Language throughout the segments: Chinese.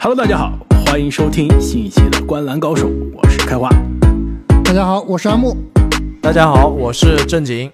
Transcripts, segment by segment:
Hello， 大家好，欢迎收听新一期的《观篮高手》，我是开花。 大家好，我是阿木。 大家好，我是正经。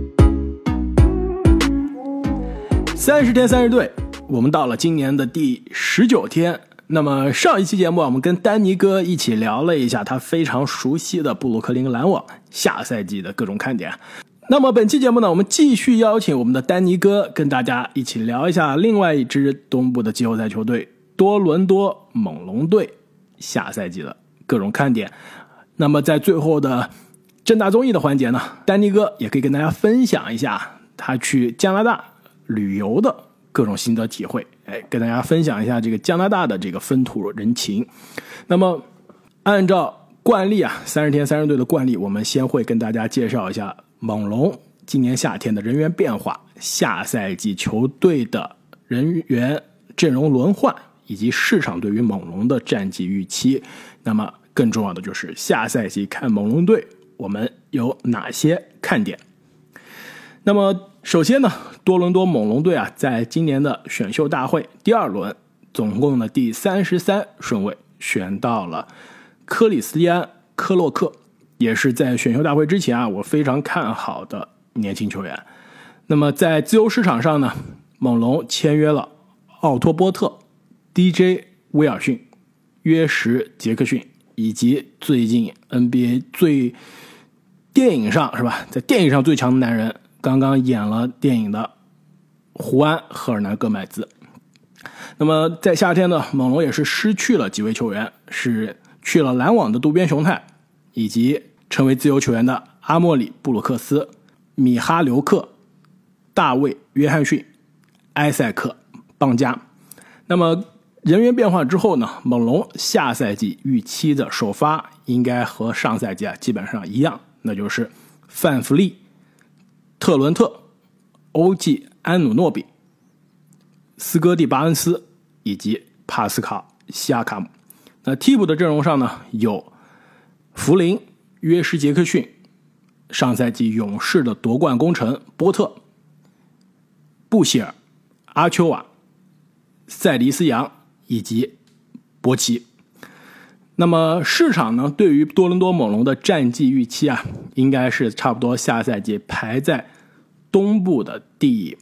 30天30队，我们到了今年的第19天。那么上一期节目我们跟丹尼哥一起聊了一下他非常熟悉的布鲁克林篮网下赛季的各种看点。那么本期节目呢，我们继续邀请我们的丹尼哥跟大家一起聊一下另外一支东部的季后赛球队多伦多猛龙队下赛季的各种看点。那么在最后的正大综艺的环节呢，丹尼哥也可以跟大家分享一下他去加拿大旅游的各种心得体会，跟大家分享一下这个加拿大的这个风土人情。那么按照惯例啊，30天30队的惯例，我们先会跟大家介绍一下猛龙今年夏天的人员变化，下赛季球队的人员阵容轮换，以及市场对于猛龙的战绩预期。那么更重要的就是下赛季看猛龙队我们有哪些看点。那么首先呢，多伦多猛龙队啊，在今年的选秀大会第二轮总共的第33顺位选到了克里斯蒂安·科洛克，也是在选秀大会之前啊，我非常看好的年轻球员。那么在自由市场上呢，猛龙签约了奥托波特、DJ 威尔逊、约什杰克逊，以及最近 NBA 电影上是吧，在电影上最强的男人，刚刚演了电影的胡安·赫尔南戈麦兹。那么在夏天呢，猛龙也是失去了几位球员，是去了篮网的渡边雄太，以及成为自由球员的阿莫里·布鲁克斯、米哈留克、大卫·约翰逊、埃塞克·邦加。那么人员变化之后呢，猛龙下赛季预期的首发应该和上赛季基本上一样，那就是范弗利、特伦特、欧记安努诺比、斯科蒂巴恩斯以及帕斯卡西亚卡姆。那替补的阵容上呢，有弗林、约什杰克逊、上赛季勇士的夺冠功臣波特、布希尔、阿丘瓦、塞迪斯扬以及博奇。那么市场呢，对于多伦多猛龙的战绩预期啊，应该是差不多下赛季排在东部的第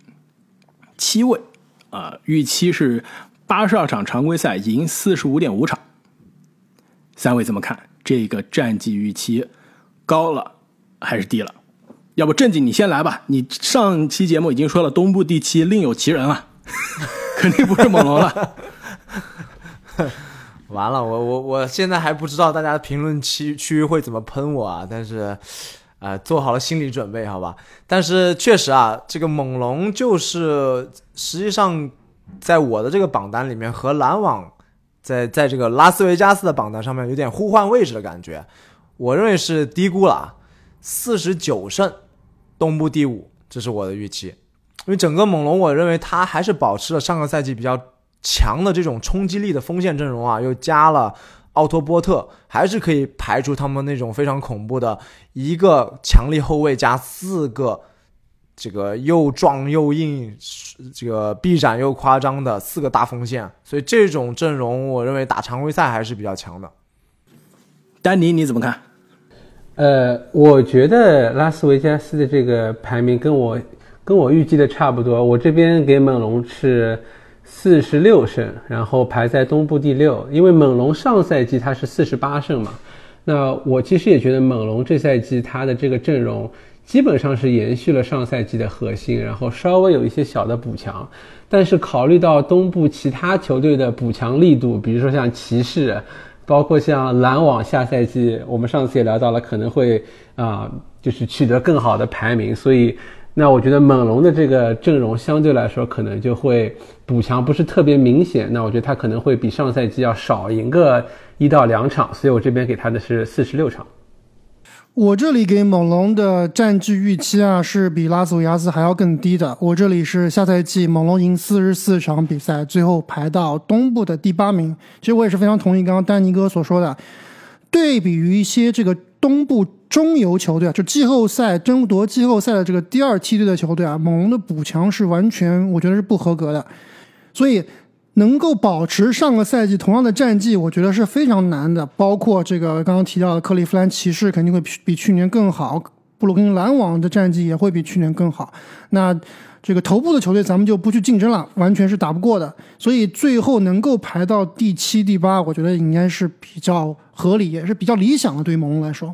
7位，预期是82场常规赛赢 45.5 场。三位怎么看？这个战绩预期高了还是低了？要不正经你先来吧，你上期节目已经说了东部第7另有其人了，肯定不是猛龙了。 完了，我现在还不知道大家评论区域会怎么喷我啊，但是做好了心理准备好吧。但是确实啊，这个猛龙就是实际上在我的这个榜单里面和篮网在这个拉斯维加斯的榜单上面有点互换位置的感觉，我认为是低估了49胜，东部第5，这是我的预期。因为整个猛龙我认为他还是保持了上个赛季比较强的这种冲击力的锋线阵容啊，又加了奥托波特，还是可以排除他们那种非常恐怖的一个强力后卫加4个这个又壮又硬，这个臂展又夸张的4个大锋线，所以这种阵容我认为打常规赛还是比较强的。 丹尼你怎么看？ 我觉得拉斯维加斯的这个排名跟我预计的差不多，我这边给猛龙是46胜，然后排在东部第6。因为猛龙上赛季他是48胜嘛，那我其实也觉得猛龙这赛季他的这个阵容基本上是延续了上赛季的核心，然后稍微有一些小的补强。但是考虑到东部其他球队的补强力度，比如说像骑士，包括像篮网，下赛季我们上次也聊到了，可能会就是取得更好的排名，所以那我觉得猛龙的这个阵容相对来说可能就会补强不是特别明显，那我觉得他可能会比上赛季要少赢个1到2场，所以我这边给他的是46场。 我这里给猛龙的战绩预期啊，是比拉斯维加斯还要更低的。我这里是下赛季猛龙赢44场比赛，最后排到东部的第8名。其实我也是非常同意刚刚丹尼哥所说的，对比于一些这个东部中游球队啊，就季后赛争夺季后赛的这个第2梯队的球队啊，猛龙的补强是完全我觉得是不合格的。所以能够保持上个赛季同样的战绩，我觉得是非常难的。包括这个刚刚提到的克利夫兰骑士肯定会比去年更好，布鲁克林篮网的战绩也会比去年更好。那这个头部的球队咱们就不去竞争了，完全是打不过的。所以最后能够排到第7、第8，我觉得应该是比较合理，也是比较理想的，对于猛龙来说。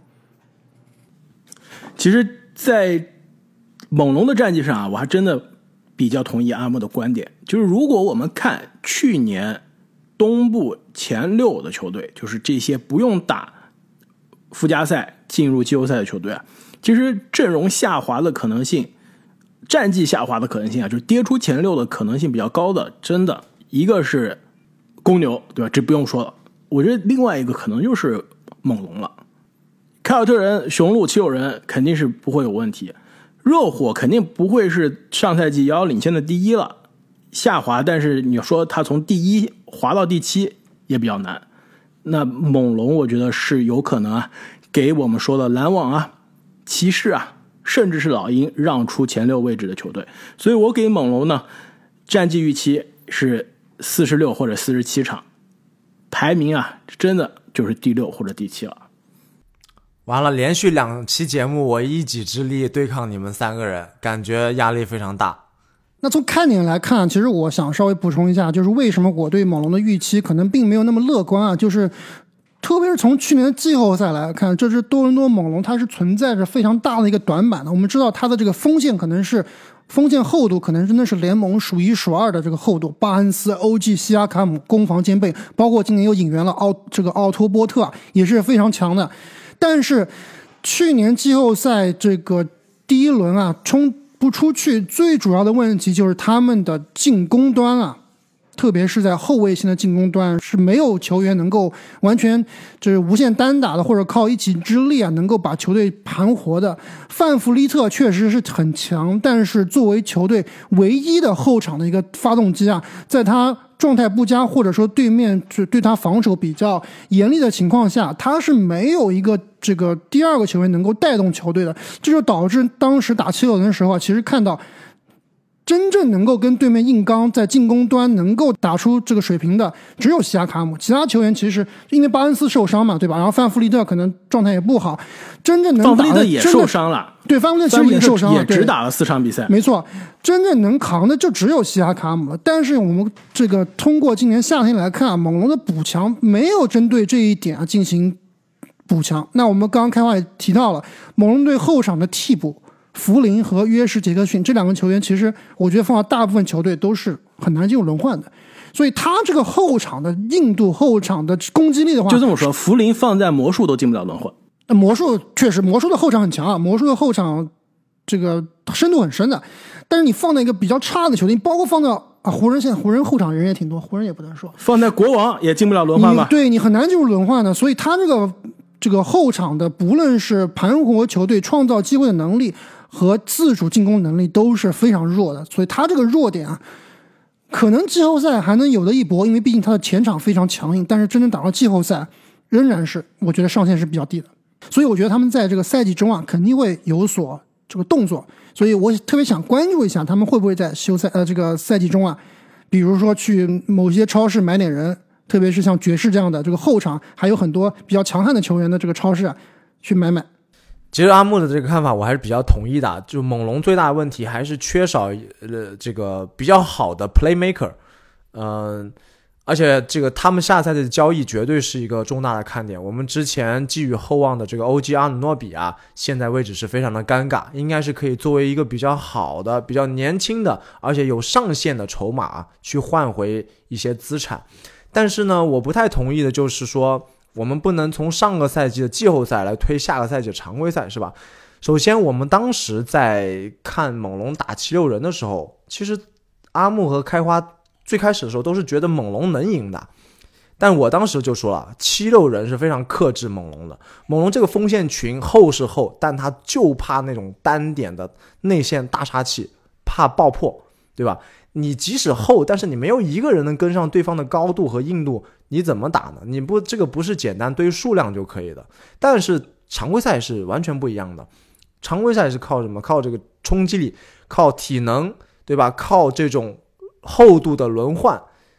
其实在猛龙的战绩上啊，我还真的比较同意阿木的观点，就是如果我们看去年东部前6的球队，就是这些不用打附加赛进入季后赛的球队啊，其实阵容下滑的可能性，战绩下滑的可能性啊，就是跌出前6的可能性比较高的，真的一个是公牛，对吧？这不用说了。我觉得另外一个可能就是猛龙了。凯尔特人、雄鹿、七六人肯定是不会有问题，热火肯定不会是上赛季遥遥领先的第1了，下滑，但是你说他从第1滑到第7也比较难。那猛龙我觉得是有可能啊，给我们说的篮网啊、骑士啊，甚至是老鹰让出前6位置的球队，所以我给猛龙呢战绩预期是46或者47场，排名啊真的就是第6或者第7了。 完了，连续2期节目我一己之力对抗你们3个人，感觉压力非常大。 那从看点来看，其实我想稍微补充一下，就是为什么我对猛龙的预期可能并没有那么乐观啊，就是特别是从去年的季后赛来看，这支多伦多猛龙它是存在着非常大的一个短板的。我们知道它的这个锋线厚度可能真的是联盟数1数2的这个厚度，巴恩斯、OG、西亚卡姆攻防兼备，包括今年又引援了奥托波特也是非常强的。但是去年季后赛这个第1轮啊冲不出去，最主要的问题就是他们的进攻端啊，特别是在后卫线的进攻端是没有球员能够完全就是无限单打的，或者靠一己之力啊能够把球队盘活的。范弗利特确实是很强，但是作为球队唯一的后场的一个发动机啊，在他状态不佳或者说对面对他防守比较严厉的情况下，他是没有一个这个第2个球员能够带动球队的，这就导致当时打七六人的时候啊，其实看到真正能够跟对面硬刚，在进攻端能够打出这个水平的只有西亚卡姆，其他球员其实因为巴恩斯受伤嘛，对吧？然后范弗利特可能状态也不好，真正能打的范弗利特也受伤了， 对，范弗利特其实也受伤了， 也只打了4场比赛， 没错，真正能扛的就只有西亚卡姆了。但是我们这个通过今年夏天来看，猛龙的补强没有针对这一点啊进行补强。那我们刚刚开话也提到了，猛龙队后场的替补福林和约什杰克逊这2个球员，其实我觉得放到大部分球队都是很难进入轮换的，所以他这个后场的硬度、后场的攻击力的话， 就这么说，福林放在魔术都进不了轮换。 魔术确实，魔术的后场很强啊，魔术的后场这个深度很深的，但是你放在一个比较差的球队，包括放到湖人，现在湖人后场人也挺多，湖人也不能说， 放在国王也进不了轮换吧？ 对，你很难进入轮换的，所以他这个后场的不论是盘活球队、创造机会的能力和自主进攻能力都是非常弱的，所以他这个弱点啊，可能季后赛还能有的一搏，因为毕竟他的前场非常强硬，但是真正打到季后赛，仍然是我觉得上限是比较低的。所以我觉得他们在这个赛季中啊，肯定会有所这个动作，所以我特别想关注一下他们会不会在这个赛季中啊，比如说去某些超市买点人，特别是像爵士这样的这个后场还有很多比较强悍的球员的这个超市啊，去买。 其实阿木的这个看法我还是比较同意的，就猛龙最大的问题还是缺少这个比较好的 playmaker，而且这个他们下赛季的交易绝对是一个重大的看点。我们之前寄予厚望的这个 OG 阿努诺比啊，现在位置是非常的尴尬，应该是可以作为一个比较好的、比较年轻的，而且有上限的筹码去换回一些资产。但是呢，我不太同意的就是说，我们不能从上个赛季的季后赛来推下个赛季的常规赛，是吧？首先，我们当时在看猛龙打七六人的时候，其实阿木和开花最开始的时候都是觉得猛龙能赢的，但我当时就说了，七六人是非常克制猛龙的。猛龙这个锋线群厚是厚，但他就怕那种单点的内线大杀器，怕爆破，对吧？你即使厚，但是你没有一个人能跟上对方的高度和硬度，你怎么打呢？这个不是简单堆数量就可以的。但是常规赛是完全不一样的，常规赛是靠什么？靠这个冲击力，靠体能，对吧？靠这种厚度的轮换。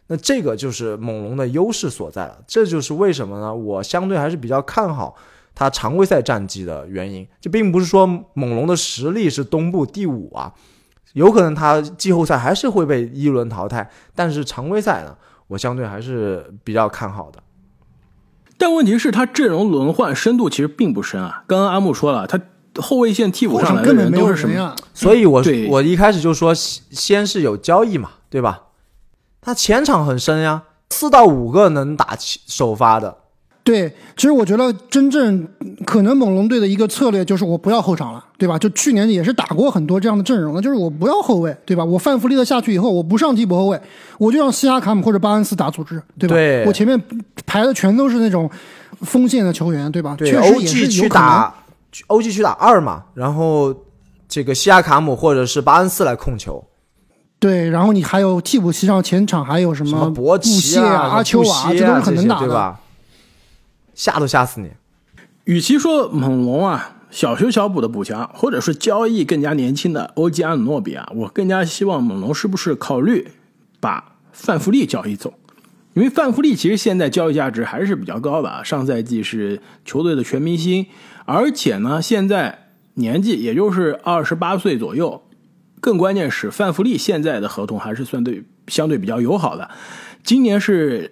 那这个就是猛龙的优势所在了。这就是为什么呢？我相对还是比较看好他常规赛战绩的原因。这并不是说猛龙的实力是东部第5啊，有可能他季后赛还是会被一轮淘汰，但是常规赛呢，我相对还是比较看好的。 但问题是他阵容轮换深度其实并不深啊。刚刚阿木说了，他后卫线替补上来的人都是什么？ 所以我一开始就说先是有交易嘛，对吧？他前场很深呀，4到5个能打首发的。 对，其实我觉得真正可能猛龙队的一个策略就是我不要后场了，对吧？就去年也是打过很多这样的阵容了，就是我不要后卫，对吧？我范弗利特下去以后，我不上替补后卫，我就让西亚卡姆或者巴恩斯打组织，对吧？ 对， 我前面排的全都是那种锋线的球员，对吧？ 对， 确实也是有可能。 OG 去打2嘛，然后这个西亚卡姆或者是巴恩斯来控球。 对，然后你还有替补席上前场还有什么博奇阿丘瓦，这都是很能打的， 对吧？吓都吓死你。 与其说猛龙啊小修小补的补强，或者是交易更加年轻的欧吉阿努诺比啊，我更加希望猛龙是不是考虑把范弗利交易走。因为范弗利其实现在交易价值还是比较高的啊，上赛季是球队的全明星，而且呢现在年纪也就是28岁左右，更关键是范弗利现在的合同还是相对比较友好的，今年是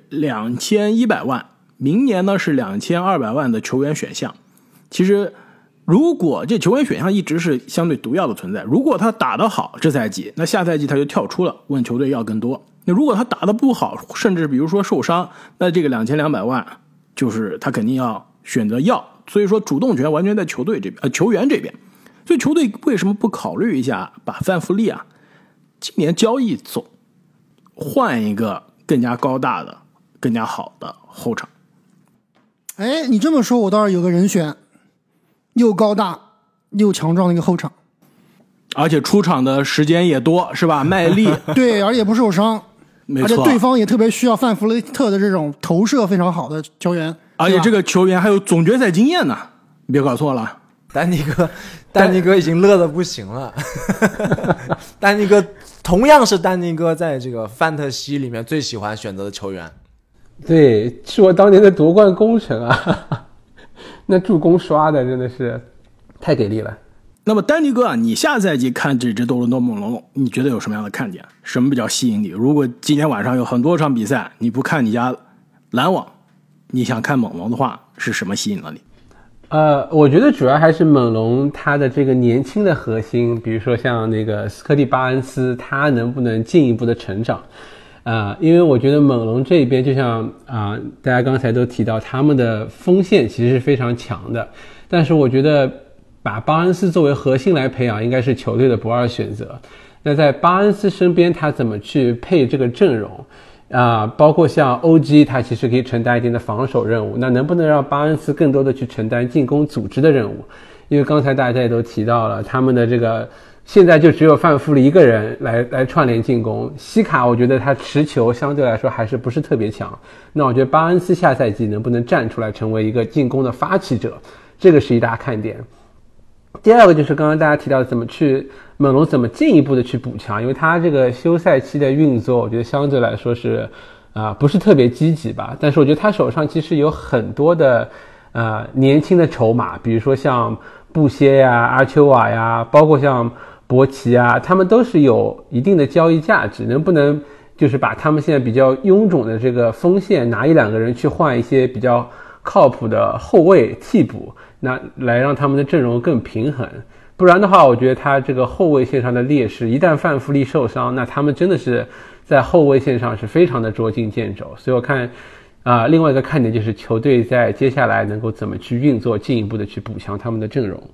2100万，明年呢是2200万的球员选项。其实如果这球员选项一直是相对毒药的存在，如果他打得好这赛季，那下赛季他就跳出了，问球队要更多。那如果他打得不好，甚至比如说受伤，那这个2200万就是他肯定要选择要，所以说主动权完全在球员这边。所以球队为什么不考虑一下把范弗利啊今年交易走，换一个更加高大的更加好的后场？ 哎，你这么说我倒是有个人选，又高大又强壮的一个后场， 而且出场的时间也多，是吧？麦利对，而且也不受伤， 没错， 而且对方也特别需要范弗雷特的这种投射非常好的球员， 而且这个球员还有总决赛经验呢，你别搞错了。 丹尼哥已经乐得不行了。丹尼哥同样是丹尼哥在这个范特西里面最喜欢选择的球员。 对，是我当年的夺冠功臣啊，那助攻刷的真的是太给力了。 那么丹尼哥啊，你下赛季看这支多伦多猛龙，你觉得有什么样的看点？什么比较吸引你？如果今天晚上有很多场比赛，你不看你家篮网，你想看猛龙的话，是什么吸引了你？ 我觉得主要还是猛龙他的这个年轻的核心，比如说像那个斯科蒂巴恩斯，他能不能进一步的成长？因为我觉得猛龙这边就像大家刚才都提到，他们的锋线其实是非常强的，但是我觉得把巴恩斯作为核心来培养，应该是球队的不二选择。那在巴恩斯身边，他怎么去配这个阵容？包括像 OG 他其实可以承担一定的防守任务，那能不能让巴恩斯更多的去承担进攻组织的任务？因为刚才大家也都提到了，他们的这个现在就只有范弗利一个人来串联进攻，西卡我觉得他持球相对来说还是不是特别强，那我觉得巴恩斯下赛季能不能站出来成为一个进攻的发起者，这个是一大看点。第二个就是刚刚大家提到猛龙怎么进一步的去补强，因为他这个休赛期的运作我觉得相对来说是不是特别积极吧，但是我觉得他手上其实有很多的年轻的筹码，比如说像布歇呀、阿丘瓦呀，包括像博奇啊，他们都是有一定的交易价值，能不能就是把他们现在比较臃肿的这个锋线拿1-2个人去换一些比较靠谱的后卫替补，那来让他们的阵容更平衡。不然的话，我觉得他这个后卫线上的劣势，一旦范弗利受伤，那他们真的是在后卫线上是非常的捉襟见肘。所以我看另外一个看点就是球队在接下来能够怎么去运作，进一步的去补强他们的阵容。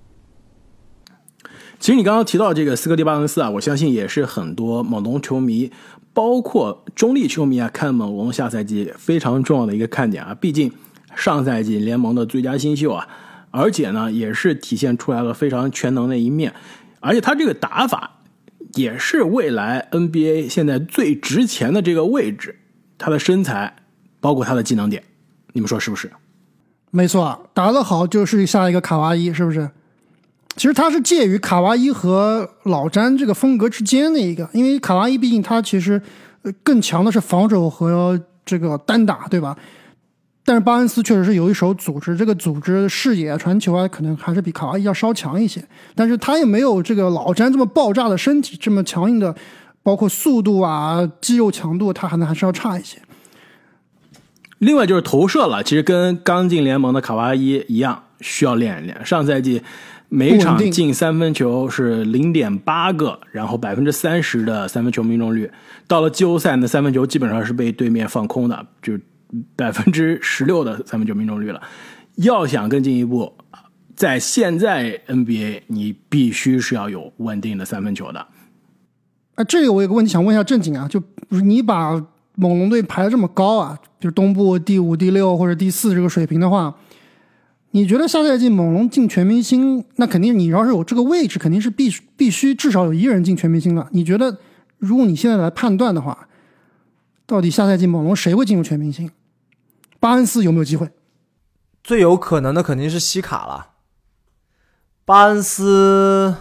其实你刚刚提到这个斯科蒂巴恩斯啊，我相信也是很多猛龙球迷包括中立球迷看猛龙下赛季非常重要的一个看点啊。毕竟上赛季联盟的最佳新秀啊，而且呢也是体现出来了非常全能的一面，而且他这个打法也是未来 NBA 现在最值钱的这个位置，他的身材包括他的技能点，你们说是不是？ 没错，打得好就是下一个卡哇伊，是不是？其实他是介于卡哇伊和老詹这个风格之间的一个，因为卡哇伊毕竟他其实更强的是防守和这个单打，对吧？但是巴恩斯确实是有一手组织，这个组织视野传球啊，可能还是比卡哇伊要稍强一些，但是他也没有这个老詹这么爆炸的身体，这么强硬的，包括速度啊、肌肉强度，他可能还是要差一些。 另外就是投射了，其实跟刚进联盟的卡哇伊一样，需要练一练。上赛季每场进三分球是 0.8 个，然后 30% 的三分球命中率，到了季后赛的三分球基本上是被对面放空的，就16%的三分球命中率了。要想更进一步，在现在 NBA 你必须是要有稳定的三分球的。 这个我有个问题想问一下正经啊，就你把猛龙队排得这么高啊，就是东部第5、第6或者第4这个水平的话，你觉得下赛季猛龙进全明星，那肯定你要是有这个位置，肯定是必须至少有一人进全明星了。你觉得如果你现在来判断的话，到底下赛季猛龙谁会进入全明星？巴恩斯有没有机会？ 最有可能的肯定是西卡了。巴恩斯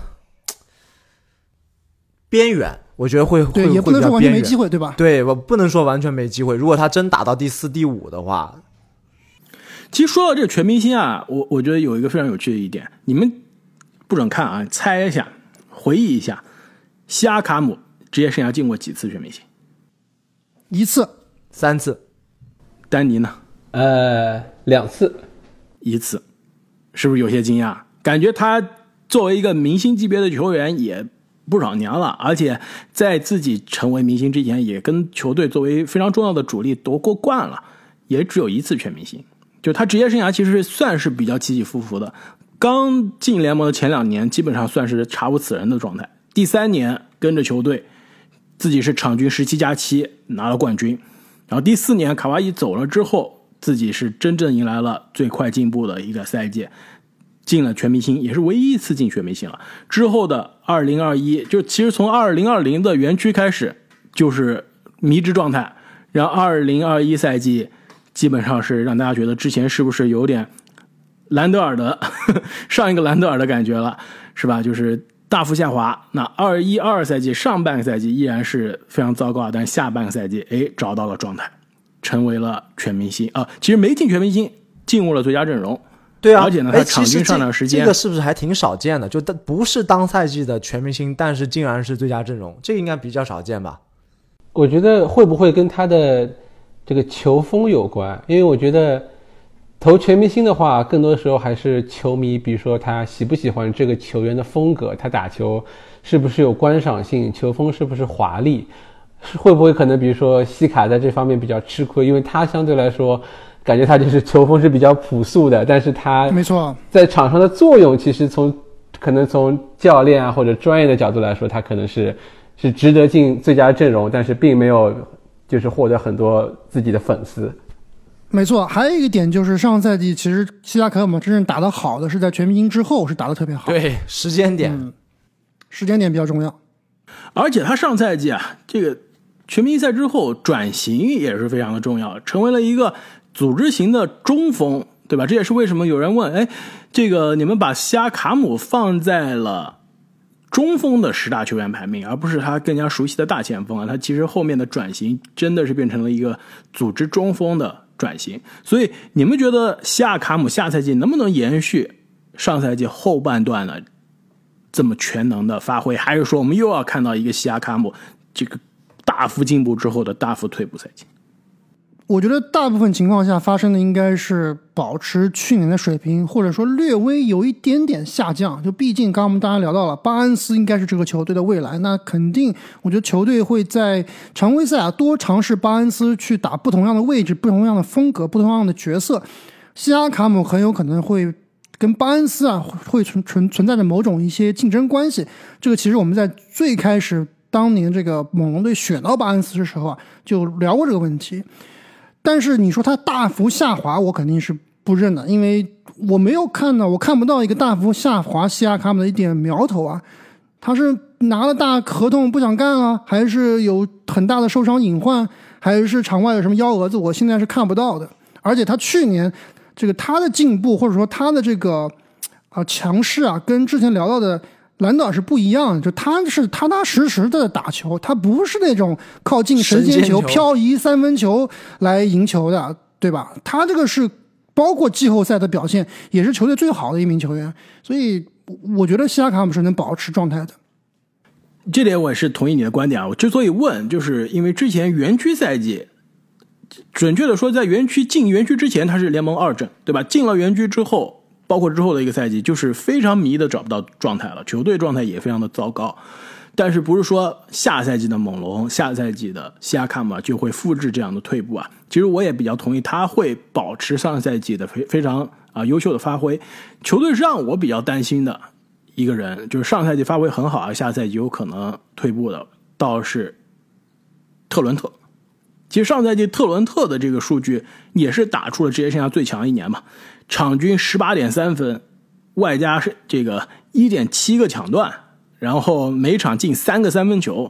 边缘，我觉得会对，也不能说完全没机会，对吧？ 对，我不能说完全没机会。如果他真打到第4、第5的话， 其实说到这个全明星啊，我觉得有一个非常有趣的一点，你们不准看啊，猜一下，回忆一下，西亚卡姆职业生涯进过几次全明星 ？1次、 3次。 丹尼呢 ？2次。 1次，是不是有些惊讶？感觉他作为一个明星级别的球员也不少年了，而且在自己成为明星之前，也跟球队作为非常重要的主力夺过冠了，也只有1次全明星。就他职业生涯其实算是比较起起伏伏的，刚进联盟的前2年基本上算是查无此人的状态，第3年跟着球队自己是场均17+7拿了冠军，然后第4年卡哇伊走了之后，自己是真正迎来了最快进步的一个赛季，进了全明星，也是唯一一次进全明星了。之后的2021，就其实从2020的园区开始就是迷之状态，然后2021赛季基本上是让大家觉得之前是不是有点兰德尔的上一个兰德尔的感觉了，是吧？就是大幅下滑。那21-22赛季上半个赛季依然是非常糟糕，但下半个赛季找到了状态，成为了全明星啊！其实没进全明星，进入了最佳阵容。 对啊， 而且呢，他场均上场时间这个是不是还挺少见的？就不是当赛季的全明星，但是竟然是最佳阵容，这个应该比较少见吧？ 我觉得会不会跟他的这个球风有关？因为我觉得投全明星的话，更多的时候还是球迷，比如说他喜不喜欢这个球员的风格，他打球是不是有观赏性，球风是不是华丽，会不会可能比如说西卡在这方面比较吃亏，因为他相对来说感觉他就是球风是比较朴素的，但是他没错， 在场上的作用其实可能从教练啊或者专业的角度来说，他可能是值得进最佳阵容，但是并没有就是获得很多自己的粉丝。 没错，还有一个点就是上赛季其实西亚卡姆真正打得好的是在全明星之后是打得特别好。 对，时间点， 时间点比较重要。 而且他上赛季啊，这个全明星赛之后转型也是非常的重要，成为了一个组织型的中锋，对吧？这也是为什么有人问，这个你们把西亚卡姆放在了中锋的10大球员排名，而不是他更加熟悉的大前锋啊。他其实后面的转型真的是变成了一个组织中锋的转型。所以你们觉得西亚卡姆下赛季能不能延续上赛季后半段的这么全能的发挥，还是说我们又要看到一个西亚卡姆这个大幅进步之后的大幅退步赛季？ 我觉得大部分情况下发生的应该是保持去年的水平，或者说略微有一点点下降。就毕竟刚刚我们大家聊到了巴恩斯应该是这个球队的未来，那肯定我觉得球队会在常规赛多尝试巴恩斯去打不同样的位置、不同样的风格、不同样的角色。西亚卡姆很有可能会跟巴恩斯会存在着某种一些竞争关系。这个其实我们在最开始当年这个猛龙队选到巴恩斯的时候就聊过这个问题。但是你说他大幅下滑，我肯定是不认的，因为我看不到一个大幅下滑西亚卡姆的一点苗头啊。他是拿了大合同不想干了，还是有很大的受伤隐患，还是场外有什么幺蛾子，我现在是看不到的。而且他去年这个他的进步，或者说他的这个强势啊，跟之前聊到的兰德尔是不一样的，就他是踏踏实实的打球，他不是那种靠近神仙球、漂移三分球来赢球的，对吧？他这个是包括季后赛的表现，也是球队最好的一名球员，所以我觉得西亚卡姆是能保持状态的。 这点我也是同意你的观点啊。我之所以问，就是因为之前园区赛季，准确的说，在进园区之前他是联盟2阵，对吧？进了园区之后，包括之后的一个赛季，就是非常迷的找不到状态了，球队状态也非常的糟糕。但是不是说下赛季的猛龙、下赛季的西亚卡姆就会复制这样的退步啊？其实我也比较同意，他会保持上赛季的非常优秀的发挥。球队让我比较担心的一个人，就是上赛季发挥很好下赛季有可能退步的，倒是特伦特。其实上赛季特伦特的这个数据也是打出了职业生涯最强一年嘛，场均 18.3 分，外加是这个 1.7 个抢断，然后每场进3个三分球，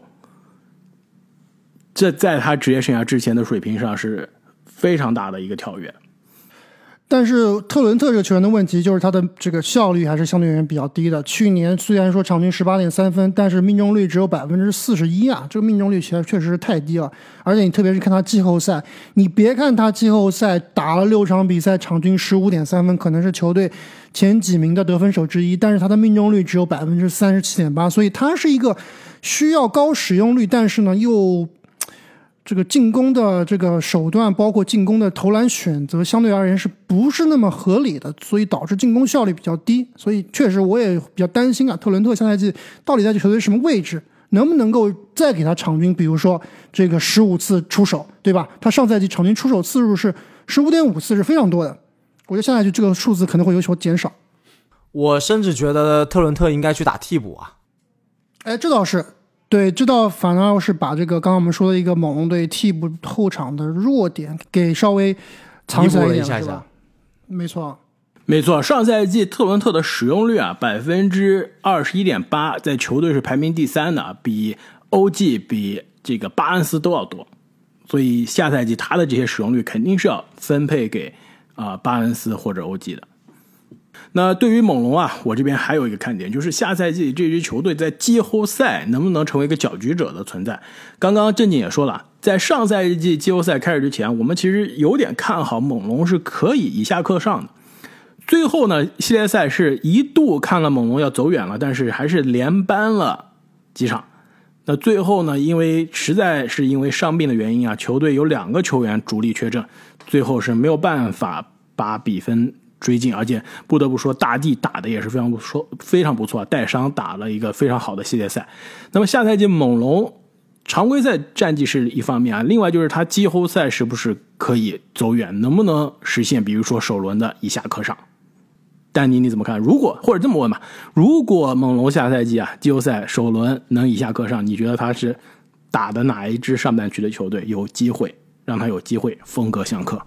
这在他职业生涯之前的水平上是非常大的一个跳跃。 但是特伦特这个球员的问题就是他的这个效率还是相对而言比较低的。去年虽然说场均 18.3 分，但是命中率只有 41% 啊，这个命中率确实是太低了。而且你特别是看他季后赛，你别看他季后赛打了6场比赛，场均 15.3 分，可能是球队前几名的得分手之一，但是他的命中率只有 37.8%， 所以他是一个需要高使用率，但是呢又这个进攻的这个手段，包括进攻的投篮选择，相对而言是不是那么合理的，所以导致进攻效率比较低。所以确实我也比较担心特伦特下赛季到底在球队什么位置，能不能够再给他场均，比如说这个15次出手，对吧？他上赛季场均出手次数是 15.5 次，是非常多的。我觉得下赛季这个数字可能会有所减少。 我甚至觉得特伦特应该去打替补啊。 这倒是。对，这倒反而是把这个刚刚我们说的一个猛龙队替补后场的弱点给稍微藏起来一点了，是吧？没错， 没错。上赛季特伦特的使用率21.8%，在球队是排名第3的，比欧记、比这个巴恩斯都要多。所以下赛季他的这些使用率肯定是要分配给巴恩斯或者欧记的。那对于猛龙我这边还有一个看点，就是下赛季这支球队在季后赛能不能成为一个搅局者的存在。刚刚正经也说了，在上赛季季后赛开始之前，我们其实有点看好猛龙是可以以下克上的。最后呢，系列赛是一度看了猛龙要走远了，但是还是连扳了几场。那最后呢，实在是因为伤病的原因球队有2个球员主力缺阵，最后是没有办法把比分追进，而且不得不说大帝打的也是非常不错，带伤打了一个非常好的系列赛。那么下赛季猛龙常规赛战绩是一方面另外就是他季后赛是不是可以走远，能不能实现比如说首轮的以下克上。丹尼你怎么看？或者这么问吧，如果猛龙下赛季季后赛首轮能以下克上，你觉得他是打的哪一支上半区的球队有机会让他有机会风格相克？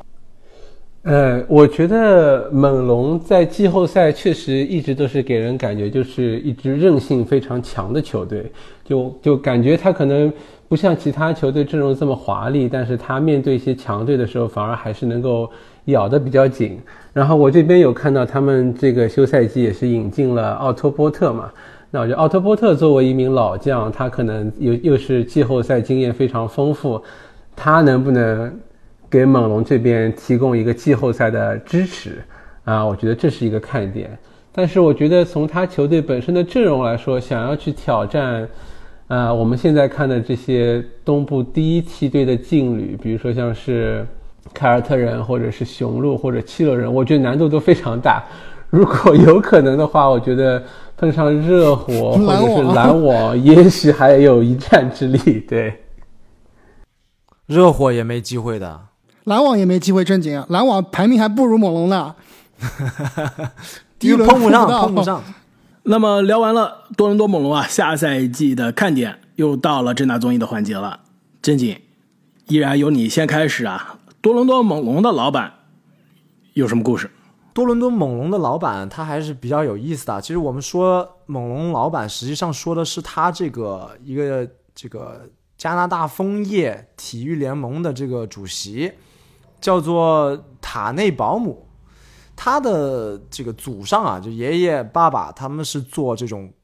我觉得猛龙在季后赛确实一直都是给人感觉就是一支韧性非常强的球队，就感觉他可能不像其他球队阵容这么华丽，但是他面对一些强队的时候反而还是能够咬得比较紧。然后我这边有看到他们这个休赛季也是引进了奥托波特嘛，那我觉得奥托波特作为一名老将，他可能又是季后赛经验非常丰富，他能不能给猛龙这边提供一个季后赛的支持我觉得这是一个看点。但是我觉得从他球队本身的阵容来说，想要去挑战我们现在看的这些东部第一梯队的劲旅，比如说像是凯尔特人或者是雄鹿或者七六人，我觉得难度都非常大。如果有可能的话，我觉得碰上热火或者是篮网也许还有一战之力。对， 热火也没机会的， 篮网也没机会，正经篮网排名还不如猛龙呢。 第一轮碰不上。 那么聊完了多伦多猛龙下赛季的看点，又到了正大综艺的环节了。正经依然由你先开始多伦多猛龙的老板有什么故事？ 多伦多猛龙的老板他还是比较有意思的。其实我们说猛龙老板，实际上说的是他这个加拿大枫叶体育联盟的这个主席，叫做塔内保姆。他的这个祖上就爷爷爸爸他们是做这种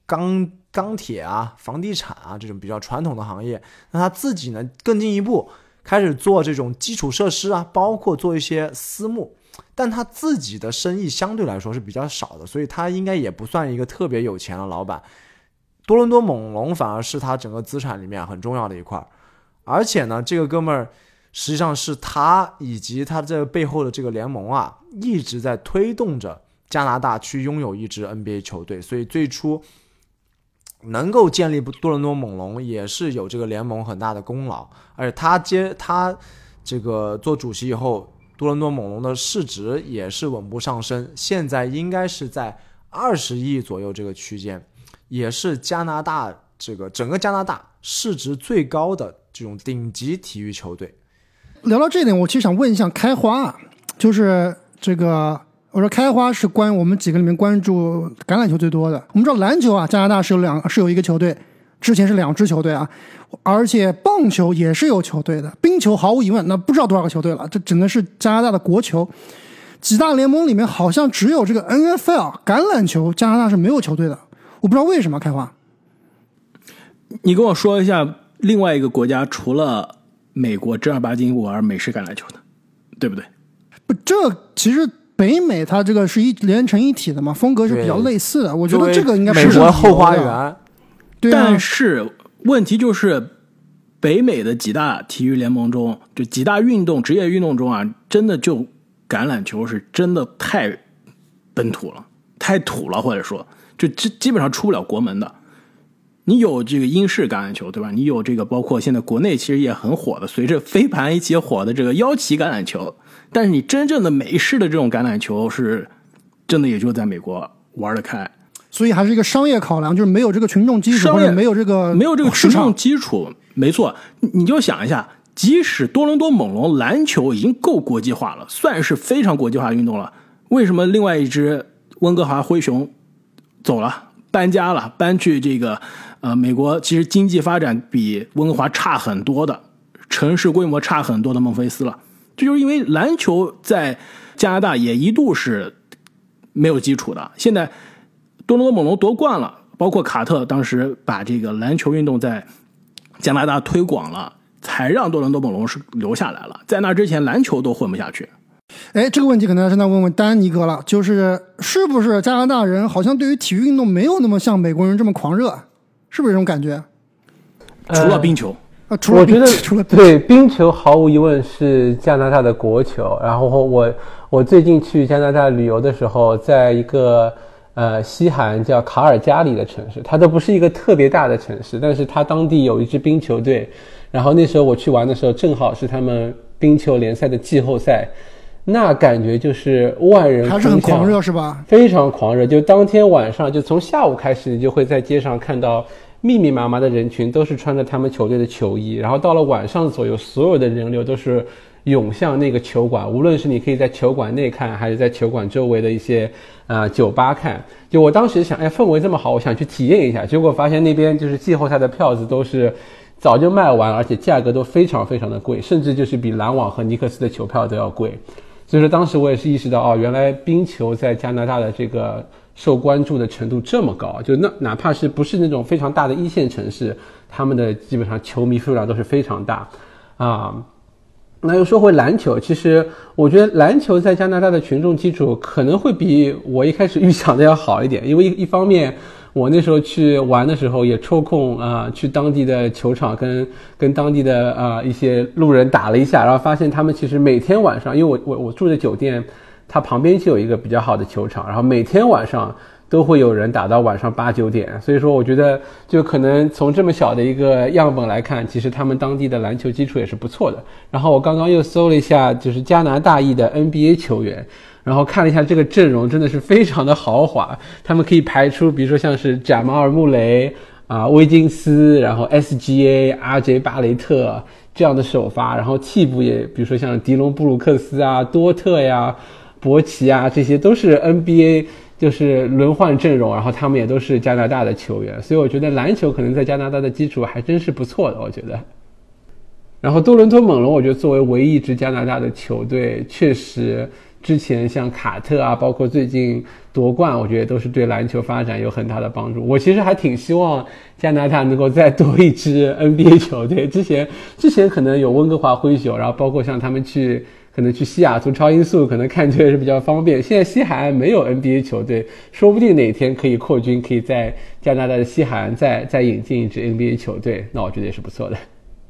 钢铁啊、房地产啊这种比较传统的行业，那他自己呢更进一步开始做这种基础设施啊，包括做一些私募，但他自己的生意相对来说是比较少的，所以他应该也不算一个特别有钱的老板。多伦多猛龙反而是他整个资产里面很重要的一块，而且呢，这个哥们儿实际上是他以及他这背后的这个联盟啊，一直在推动着加拿大去拥有一支 NBA 球队，所以最初能够建立多伦多猛龙也是有这个联盟很大的功劳，而且他这个做主席以后，多伦多猛龙的市值也是稳步上升，现在应该是在20亿左右这个区间，也是加拿大这个整个加拿大市值最高的这种顶级体育球队。 聊到这一点，我其实想问一下开花，就是这个我说开花是我们几个里面关注橄榄球最多的。我们知道篮球啊，加拿大是有一个球队，之前是2支球队啊，而且棒球也是有球队的，冰球毫无疑问，那不知道多少个球队了，这只能是加拿大的国球。几大联盟里面好像只有这个 NFL 橄榄球，加拿大是没有球队的，我不知道为什么。开花， 你跟我说一下另外一个国家除了美国正儿八经玩美式橄榄球的，对不对？ 不，这其实北美它这个是连成一体的嘛，风格是比较类似的，我觉得这个应该不是美国后花园。 对啊， 但是问题就是北美的几大体育联盟中，就几大职业运动中啊，真的就橄榄球是真的太本土了，太土了，或者说就基本上出不了国门的。你有这个英式橄榄球，对吧？你有这个包括现在国内其实也很火的，随着飞盘一起火的这个腰旗橄榄球，但是你真正的美式的这种橄榄球是真的也就在美国玩得开。 所以还是一个商业考量，就是没有这个群众基础，或者没有这个群众基础，没错。你就想一下，即使多伦多猛龙篮球已经够国际化了，算是非常国际化的运动了，为什么另外一支温哥华灰熊走了，搬家了，搬去这个美国其实经济发展比温哥华差很多的城市规模差很多的孟菲斯了？这就是因为篮球在加拿大也一度是没有基础的，现在多伦多猛龙夺冠了，包括卡特当时把这个篮球运动在加拿大推广了，才让多伦多猛龙是留下来了，在那之前篮球都混不下去。 哎，这个问题可能要现在问问丹尼哥了，就是不是加拿大人好像对于体育运动没有那么像美国人这么狂热，是不是这种感觉？ 除了冰球我觉得对，冰球毫无疑问是加拿大的国球。然后我最近去加拿大旅游的时候，在一个西海岸叫卡尔加里的城市，它都不是一个特别大的城市，但是它当地有一支冰球队。然后那时候我去玩的时候，正好是他们冰球联赛的季后赛，那感觉就是万人空巷， 还是很狂热是吧？ 非常狂热，就当天晚上，就从下午开始，你就会在街上看到密密麻麻的人群，都是穿着他们球队的球衣，然后到了晚上左右，所有的人流都是涌向那个球馆，无论是你可以在球馆内看，还是在球馆周围的一些酒吧看。就我当时想，氛围这么好，我想去体验一下，结果发现那边就是季后赛的票子都是早就卖完，而且价格都非常非常的贵，甚至就是比篮网和尼克斯的球票都要贵。所以说当时我也是意识到，原来冰球在加拿大的这个受关注的程度这么高，就哪怕是不是那种非常大的一线城市，他们的基本上球迷数量都是非常大啊。那又说回篮球，其实我觉得篮球在加拿大的群众基础可能会比我一开始预想的要好一点，因为一方面我那时候去玩的时候也抽空去当地的球场跟当地的一些路人打了一下，然后发现他们其实每天晚上，因为我住的酒店它旁边就有一个比较好的球场，然后每天晚上都会有人打到晚上8、9点，所以说我觉得就可能从这么小的一个样本来看，其实他们当地的篮球基础也是不错的。然后我刚刚又搜了一下，就是加拿大裔的 NBA 球员，然后看了一下这个阵容，真的是非常的豪华。他们可以排出，比如说像是贾马尔·穆雷威金斯，然后 SGA、RJ 巴雷特这样的首发，然后替补也比如说像迪隆·布鲁克斯多特呀、博奇这些都是 NBA 就是轮换阵容，然后他们也都是加拿大的球员，所以我觉得篮球可能在加拿大的基础还真是不错的，我觉得。然后多伦多猛龙，我觉得作为唯一一支加拿大的球队，确实之前像卡特啊，包括最近夺冠，我觉得都是对篮球发展有很大的帮助。我其实还挺希望加拿大能够再多一支 NBA 球队，之前可能有温哥华灰熊，然后包括像他们可能去西雅图超音速，可能看球也是比较方便。现在西海岸没有 NBA 球队，说不定哪天可以扩军，可以在加拿大的西海岸再引进一支 NBA 球队，那我觉得也是不错的。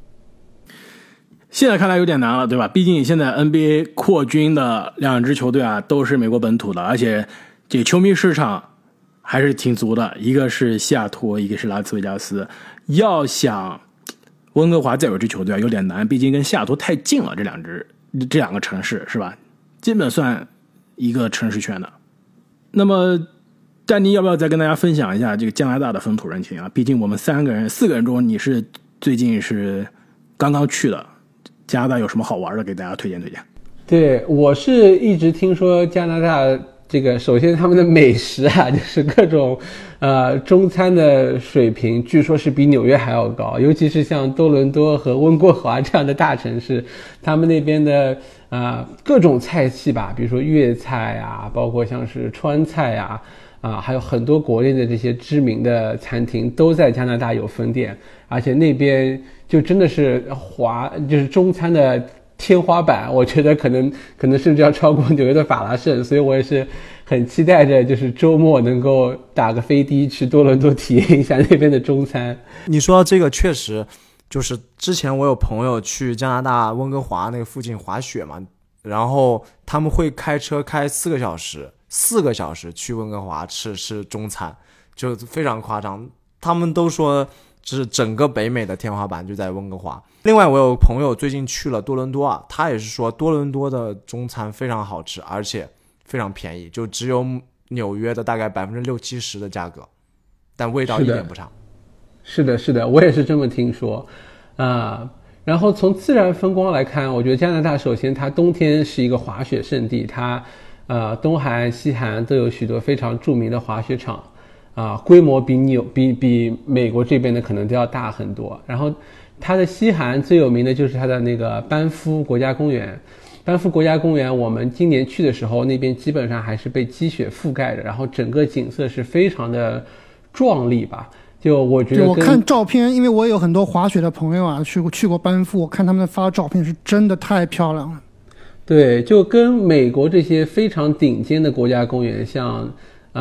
现在看来有点难了，对吧？毕竟现在 NBA 扩军的2支球队啊，都是美国本土的，而且这球迷市场还是挺足的。一个是西雅图，一个是拉斯维加斯。要想温哥华再有支球队啊，有点难，毕竟跟西雅图太近了，这两个城市是吧？基本算一个城市圈的。那么丹尼要不要再跟大家分享一下这个加拿大的风土人情啊？毕竟我们4个人中，你是最近是刚刚去的。加拿大有什么好玩的给大家推荐推荐？ 对，我是一直听说加拿大这个，首先他们的美食啊，就是各种中餐的水平，据说是比纽约还要高，尤其是像多伦多和温哥华这样的大城市，他们那边的各种菜系吧，比如说粤菜啊，包括像是川菜啊，还有很多国内的这些知名的餐厅都在加拿大有分店，而且那边就真的是就是中餐的天花板，我觉得可能甚至要超过纽约的法拉盛，所以我也是很期待着，就是周末能够打个飞的去多伦多体验一下那边的中餐。 你说到这个，确实就是之前我有朋友去加拿大温哥华那个附近滑雪嘛，然后他们会开车开4个小时去温哥华吃中餐，就非常夸张。他们都说就是整个北美的天花板就在温哥华。另外我有朋友最近去了多伦多啊，他也是说多伦多的中餐非常好吃，而且非常便宜，就只有纽约的大概60-70%的价格，但味道一点不差。 是的，我也是这么听说然后从自然风光来看，我觉得加拿大首先它冬天是一个滑雪胜地，它东海岸西海岸都有许多非常著名的滑雪场规模比美国这边的可能都要大很多。然后它的西海岸最有名的就是它的那个班夫国家公园。班夫国家公园我们今年去的时候，那边基本上还是被积雪覆盖的，然后整个景色是非常的壮丽吧。就我觉得我看照片，因为我也有很多滑雪的朋友啊，去过班夫，我看他们发照片是真的太漂亮了。 对，就跟美国这些非常顶尖的国家公园，像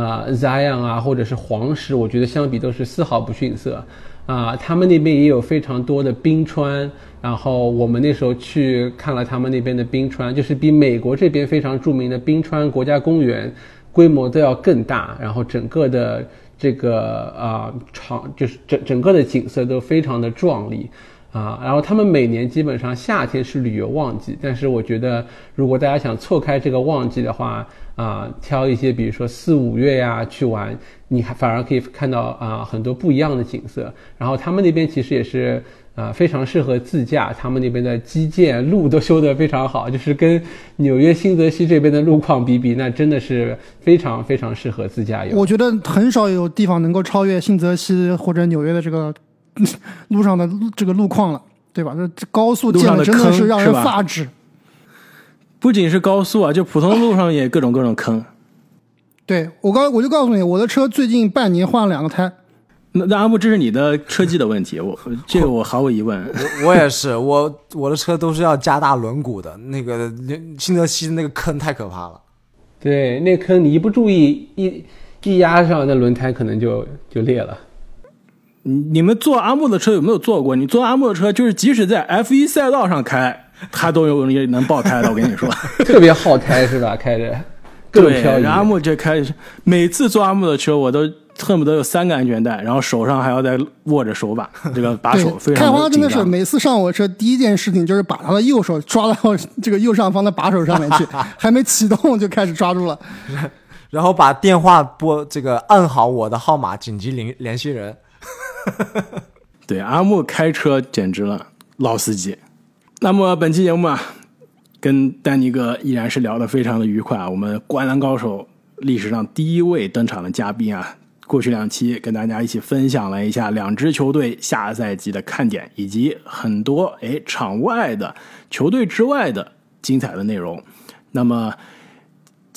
Zion 啊，或者是黄石，我觉得相比都是丝毫不逊色他们那边也有非常多的冰川，然后我们那时候去看了他们那边的冰川，就是比美国这边非常著名的冰川国家公园规模都要更大，然后整个的这个就是整个的景色都非常的壮丽然后他们每年基本上夏天是旅游旺季，但是我觉得如果大家想错开这个旺季的话挑一些比如说4、5月呀去玩，你反而可以看到很多不一样的景色。然后他们那边其实也是非常适合自驾，他们那边的基建路都修得非常好，就是跟纽约新泽西这边的路况比，那真的是非常非常适合自驾游。 我觉得很少有地方能够超越新泽西或者纽约的这个路上的这个路况了，对吧？这高速建的真的是让人发指。 不仅是高速就普通路上也各种坑。 对，我就告诉你，我的车最近半年换了2个胎。 那阿木，这是你的车技的问题，这个我毫无疑问。 我也是，我的车都是要加大轮毂的，那个新泽西的那个坑太可怕了。 对，那坑你一不注意一压上，那轮胎可能就裂了。 你们坐阿木的车有没有坐过？你坐阿木的车，就是即使在 F1 赛道上开，它都有能爆胎的。我跟你说， 特别耗胎是吧？开着各种漂移。 阿木这开，每次坐阿木的车，我都恨不得有3个安全带，然后手上还要再握着手把，这个把手非常的紧张。 开花真的是每次上我车第一件事情就是把他的右手抓到这个右上方的把手上面去，还没启动就开始抓住了。 然后把电话这个按好我的号码，紧急联系人。 对，阿木开车简直了，老司机。那么本期节目跟丹尼哥依然是聊得非常的愉快我们灌篮高手历史上第一位登场的嘉宾过去2期跟大家一起分享了一下2支球队下赛季的看点，以及很多场外的球队之外的精彩的内容。那么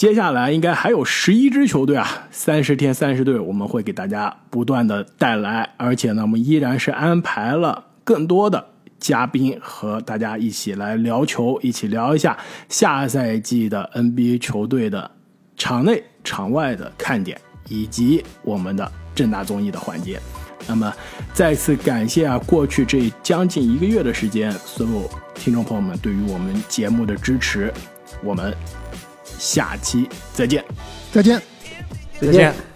接下来应该还有11支球队啊，30天30队，我们会给大家不断的带来，而且呢，我们依然是安排了更多的嘉宾和大家一起来聊球，一起聊一下下赛季的 NBA 球队的场内场外的看点，以及我们的正大综艺的环节。那么再次感谢过去这将近1个月的时间，所有听众朋友们对于我们节目的支持，我们下期再见。 再见。 再见。